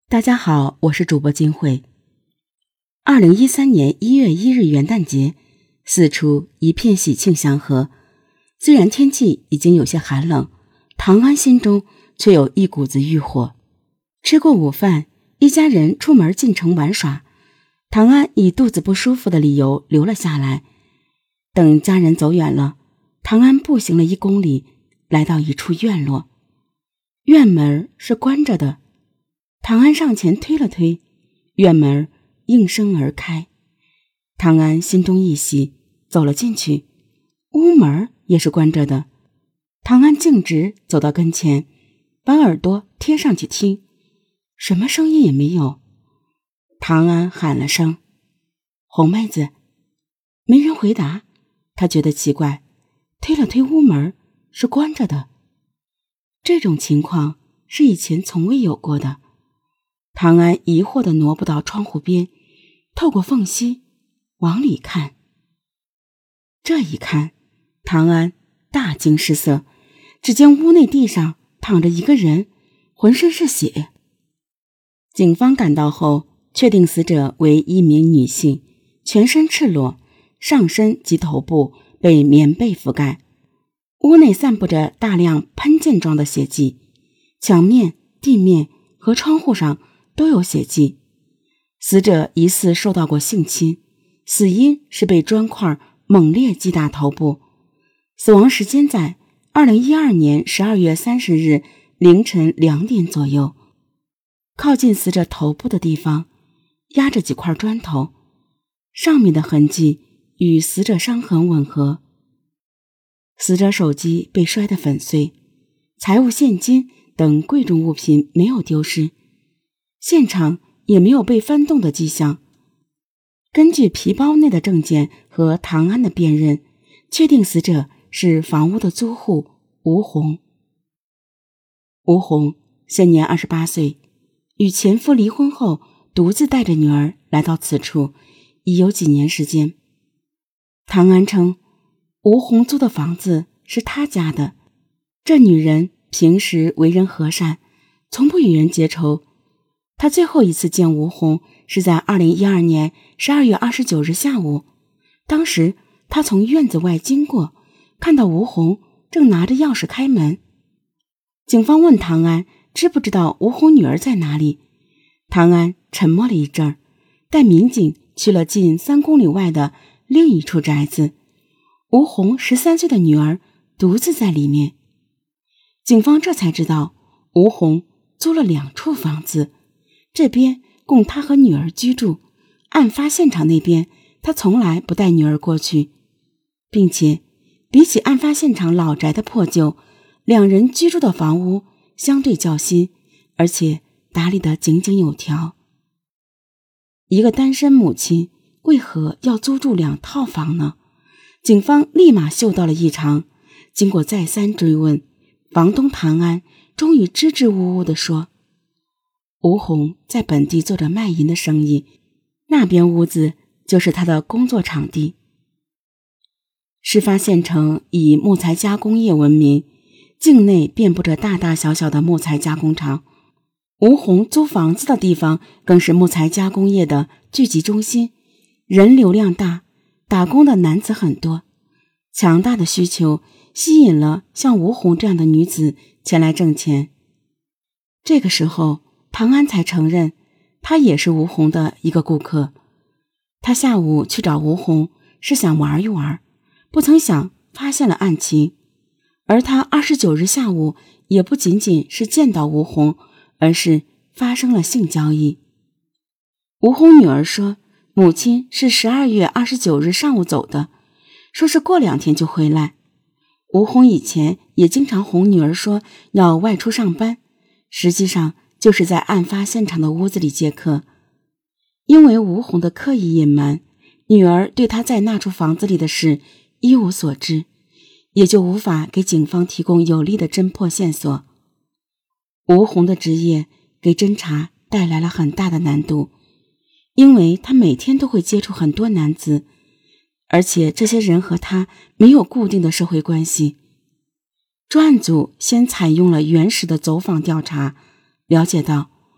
大家好，我是主播金慧。2013年1月1日元旦节，四处一片喜庆祥和。虽然天气已经有些寒冷，唐安心中却有一股子欲火。吃过午饭，一家人出门进城玩耍。唐安以肚子不舒服的理由留了下来。等家人走远了，唐安步行了1公里，来到一处院落。院门是关着的，唐安上前推了推，院门应声而开。唐安心中一喜，走了进去，屋门也是关着的。唐安径直走到跟前，把耳朵贴上去听，什么声音也没有。唐安喊了声：“红妹子。”没人回答，他觉得奇怪，推了推屋门，是关着的。这种情况是以前从未有过的。唐安疑惑地挪步到窗户边，透过缝隙往里看。这一看，唐安大惊失色，只见屋内地上躺着一个人，浑身是血。警方赶到后，确定死者为一名女性，全身赤裸，上身及头部被棉被覆盖。屋内散布着大量喷溅状的血迹，墙面、地面和窗户上都有血迹。死者疑似受到过性侵，死因是被砖块猛烈击打头部。死亡时间在2012年12月30日凌晨2点左右。靠近死者头部的地方压着几块砖头，上面的痕迹与死者伤痕吻合。死者手机被摔得粉碎，财物现金等贵重物品没有丢失，现场也没有被翻动的迹象。根据皮包内的证件和唐安的辨认，确定死者是房屋的租户吴红。吴红现年28岁，与前夫离婚后独自带着女儿来到此处，已有几年时间。唐安称，吴红租的房子是他家的，这女人平时为人和善，从不与人结仇。他最后一次见吴红是在2012年12月29日下午，当时他从院子外经过，看到吴红正拿着钥匙开门。警方问唐安知不知道吴红女儿在哪里，唐安沉默了一阵儿，带民警去了近3公里外的另一处宅子，吴红13岁的女儿独自在里面。警方这才知道，吴红租了2处房子，这边供他和女儿居住，案发现场那边他从来不带女儿过去，并且比起案发现场老宅的破旧，2人居住的房屋相对较新，而且打理得井井有条。一个单身母亲为何要租住2套房呢？警方立马嗅到了异常，经过再三追问，房东唐安终于支支吾吾地说，吴红在本地做着卖淫的生意，那边屋子就是他的工作场地。事发县城以木材加工业闻名，境内遍布着大大小小的木材加工厂，吴红租房子的地方更是木材加工业的聚集中心，人流量大，打工的男子很多，强大的需求吸引了像吴红这样的女子前来挣钱。这个时候，唐安才承认他也是吴红的一个顾客。他下午去找吴红是想玩一玩，不曾想发现了案情。而他29日下午也不仅仅是见到吴红，而是发生了性交易。吴红女儿说，母亲是12月29日上午走的，说是过2天就回来。吴红以前也经常哄女儿说要外出上班，实际上就是在案发现场的屋子里接客。因为吴红的刻意隐瞒，女儿对她在那处房子里的事一无所知，也就无法给警方提供有力的侦破线索。吴红的职业给侦查带来了很大的难度，因为他每天都会接触很多男子，而且这些人和他没有固定的社会关系。专案组先采用了原始的走访调查，了解到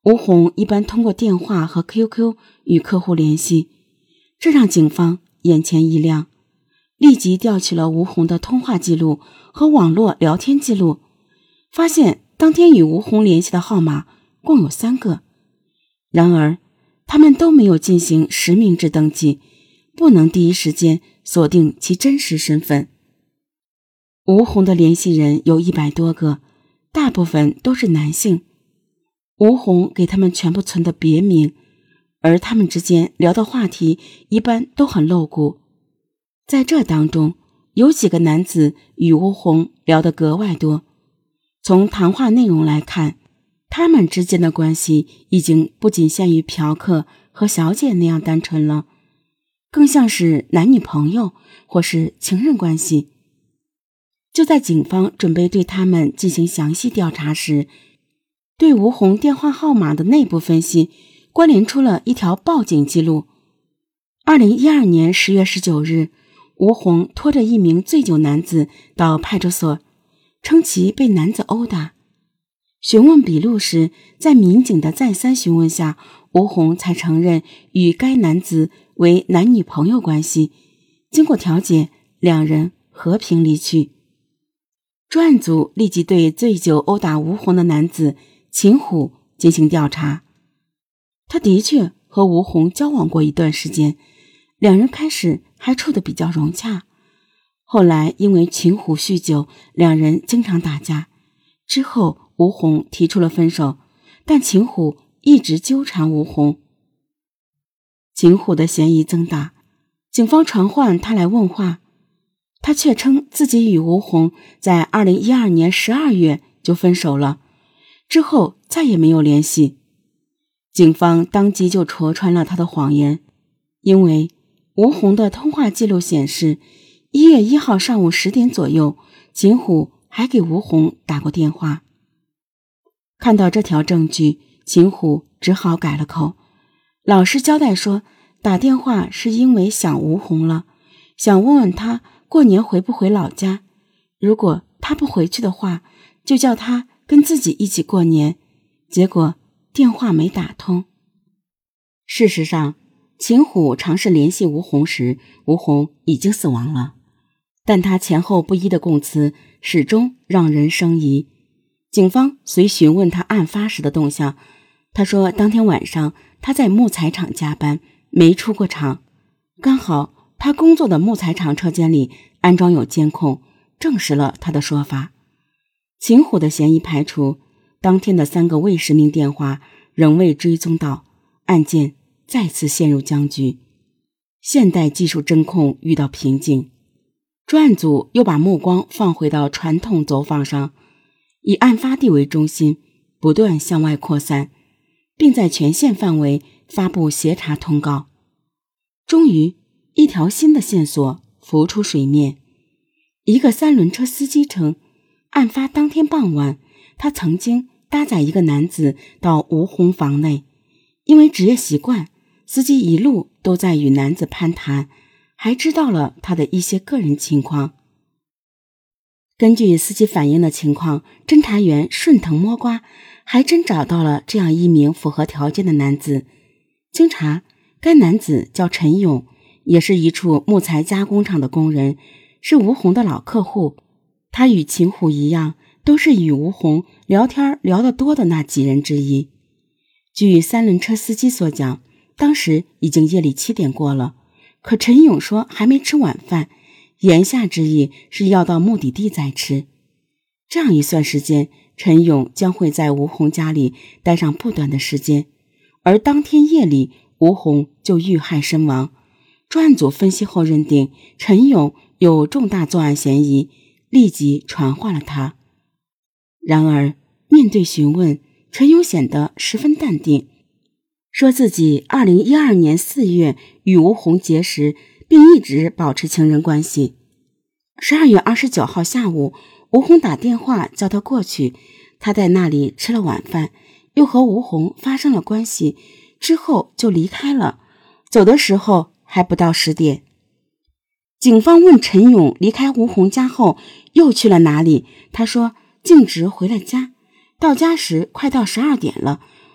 吴红一般通过电话和 QQ 与客户联系，这让警方眼前一亮，立即调取了吴红的通话记录和网络聊天记录，发现当天与吴红联系的号码共有3个，然而他们都没有进行实名制登记，不能第一时间锁定其真实身份。吴红的联系人有100多个，大部分都是男性。吴红给他们全部存的别名，而他们之间聊的话题一般都很露骨。在这当中，有几个男子与吴红聊得格外多。从谈话内容来看，他们之间的关系已经不仅限于嫖客和小姐那样单纯了，更像是男女朋友或是情人关系。就在警方准备对他们进行详细调查时，对吴红电话号码的内部分析关联出了一条报警记录。2012年10月19日，吴红拖着一名醉酒男子到派出所，称其被男子殴打。询问笔录时，在民警的再三询问下，吴红才承认与该男子为男女朋友关系，经过调解，两人和平离去。专案组立即对醉酒殴打吴红的男子秦虎进行调查。他的确和吴红交往过一段时间，两人开始还处得比较融洽，后来因为秦虎酗酒，两人经常打架，之后吴红提出了分手，但秦虎一直纠缠吴红。秦虎的嫌疑增大，警方传唤他来问话，他却称自己与吴红在2012年12月就分手了，之后再也没有联系。警方当即就戳穿了他的谎言，因为吴红的通话记录显示1月1号上午10点左右，秦虎还给吴红打过电话。看到这条证据，秦虎只好改了口，老实交代说打电话是因为想吴红了，想问问他过年回不回老家，如果他不回去的话，就叫他跟自己一起过年，结果电话没打通。事实上，秦虎尝试联系吴红时，吴红已经死亡了，但他前后不一的供词始终让人生疑。警方遂询问他案发时的动向，他说当天晚上他在木材厂加班，没出过厂，刚好他工作的木材厂车间里安装有监控，证实了他的说法。秦虎的嫌疑排除，当天的3个未实名电话仍未追踪到，案件再次陷入僵局。现代技术侦控遇到瓶颈，专案组又把目光放回到传统走访上，以案发地为中心，不断向外扩散，并在全县范围发布协查通告。终于，一条新的线索浮出水面。一个3轮车司机称，案发当天傍晚，他曾经搭载一个男子到吴红房内，因为职业习惯，司机一路都在与男子攀谈，还知道了他的一些个人情况。根据司机反映的情况，侦查员顺藤摸瓜，还真找到了这样一名符合条件的男子。经查，该男子叫陈勇，也是一处木材加工厂的工人，是吴红的老客户。他与秦虎一样，都是与吴红聊天聊得多的那几人之一。据3轮车司机所讲，当时已经夜里7点过了，可陈勇说还没吃晚饭，言下之意是要到目的地再吃。这样一算时间，陈勇将会在吴红家里待上不短的时间，而当天夜里吴红就遇害身亡。专案组分析后认定陈勇有重大作案嫌疑，立即传唤了他。然而面对询问，陈勇显得十分淡定，说自己2012年4月与吴红结识，并一直保持情人关系。12月29号下午，吴红打电话叫他过去，他在那里吃了晚饭，又和吴红发生了关系，之后就离开了，走的时候还不到10点。警方问陈勇离开吴红家后又去了哪里，他说径直回了家，到家时快到12点了，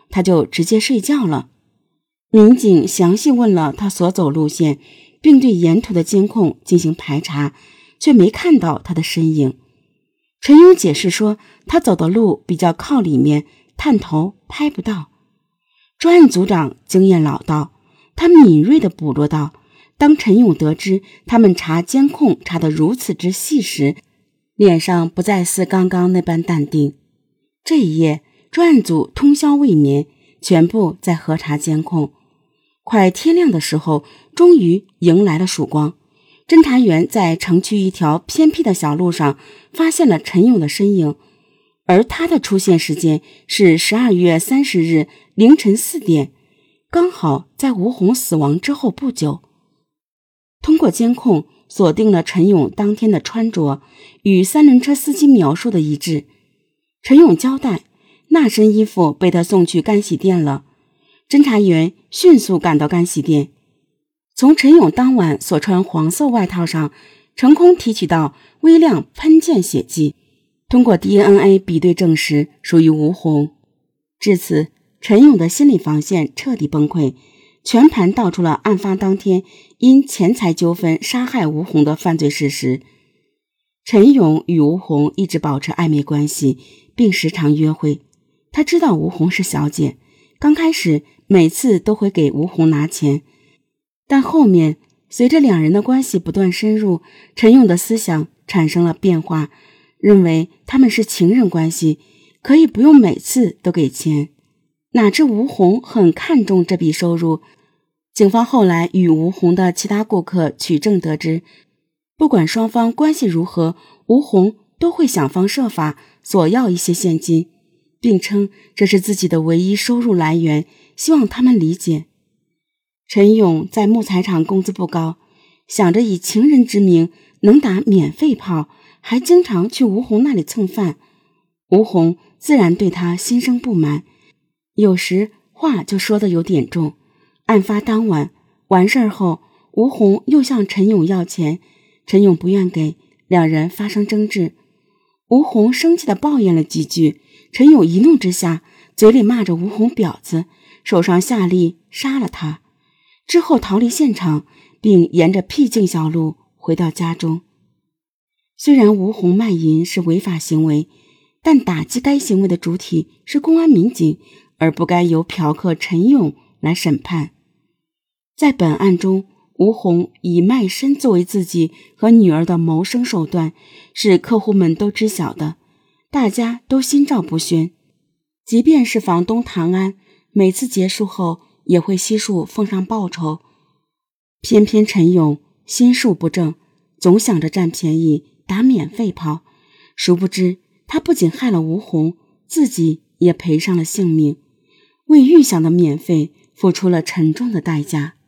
他就直接睡觉了。民警详细问了他所走路线，并对沿途的监控进行排查，却没看到他的身影。陈勇解释说，他走的路比较靠里面，探头拍不到。专案组长经验老道，他敏锐地捕捉到，当陈勇得知他们查监控查得如此之细时，脸上不再似刚刚那般淡定。这一夜，专案组通宵未眠，全部在核查监控。快天亮的时候，终于迎来了曙光。侦查员在城区一条偏僻的小路上发现了陈勇的身影，而他的出现时间是12月30日凌晨4点，刚好在吴红死亡之后不久。通过监控锁定了陈勇当天的穿着与三轮车司机描述的一致。陈勇交代，那身衣服被他送去干洗店了。侦查员迅速赶到干洗店，从陈勇当晚所穿黄色外套上成功提取到微量喷溅血迹，通过 DNA 比对证实属于吴红。至此，陈勇的心理防线彻底崩溃，全盘道出了案发当天因钱财纠纷杀害吴红的犯罪事实。陈勇与吴红一直保持暧昧关系，并时常约会。他知道吴红是小姐，刚开始每次都会给吴红拿钱，但后面随着两人的关系不断深入，陈勇的思想产生了变化，认为他们是情人关系，可以不用每次都给钱。哪知吴红很看重这笔收入。警方后来与吴红的其他顾客取证得知，不管双方关系如何，吴红都会想方设法索要一些现金，并称这是自己的唯一收入来源，希望他们理解。陈勇在木材厂工资不高，想着以情人之名能打免费炮，还经常去吴红那里蹭饭。吴红自然对他心生不满，有时话就说得有点重。案发当晚完事后，吴红又向陈勇要钱，陈勇不愿给，两人发生争执。吴红生气地抱怨了几句，陈勇一怒之下，嘴里骂着吴红婊子，手上下令杀了他，之后逃离现场，并沿着僻静小路回到家中。虽然吴红卖淫是违法行为，但打击该行为的主体是公安民警，而不该由嫖客陈勇来审判。在本案中，吴红以卖身作为自己和女儿的谋生手段，是客户们都知晓的，大家都心照不宣。即便是房东唐安，每次结束后也会悉数奉上报酬。偏偏陈勇心术不正，总想着占便宜打免费炮，殊不知他不仅害了吴红，自己也赔上了性命，为预想的免费付出了沉重的代价。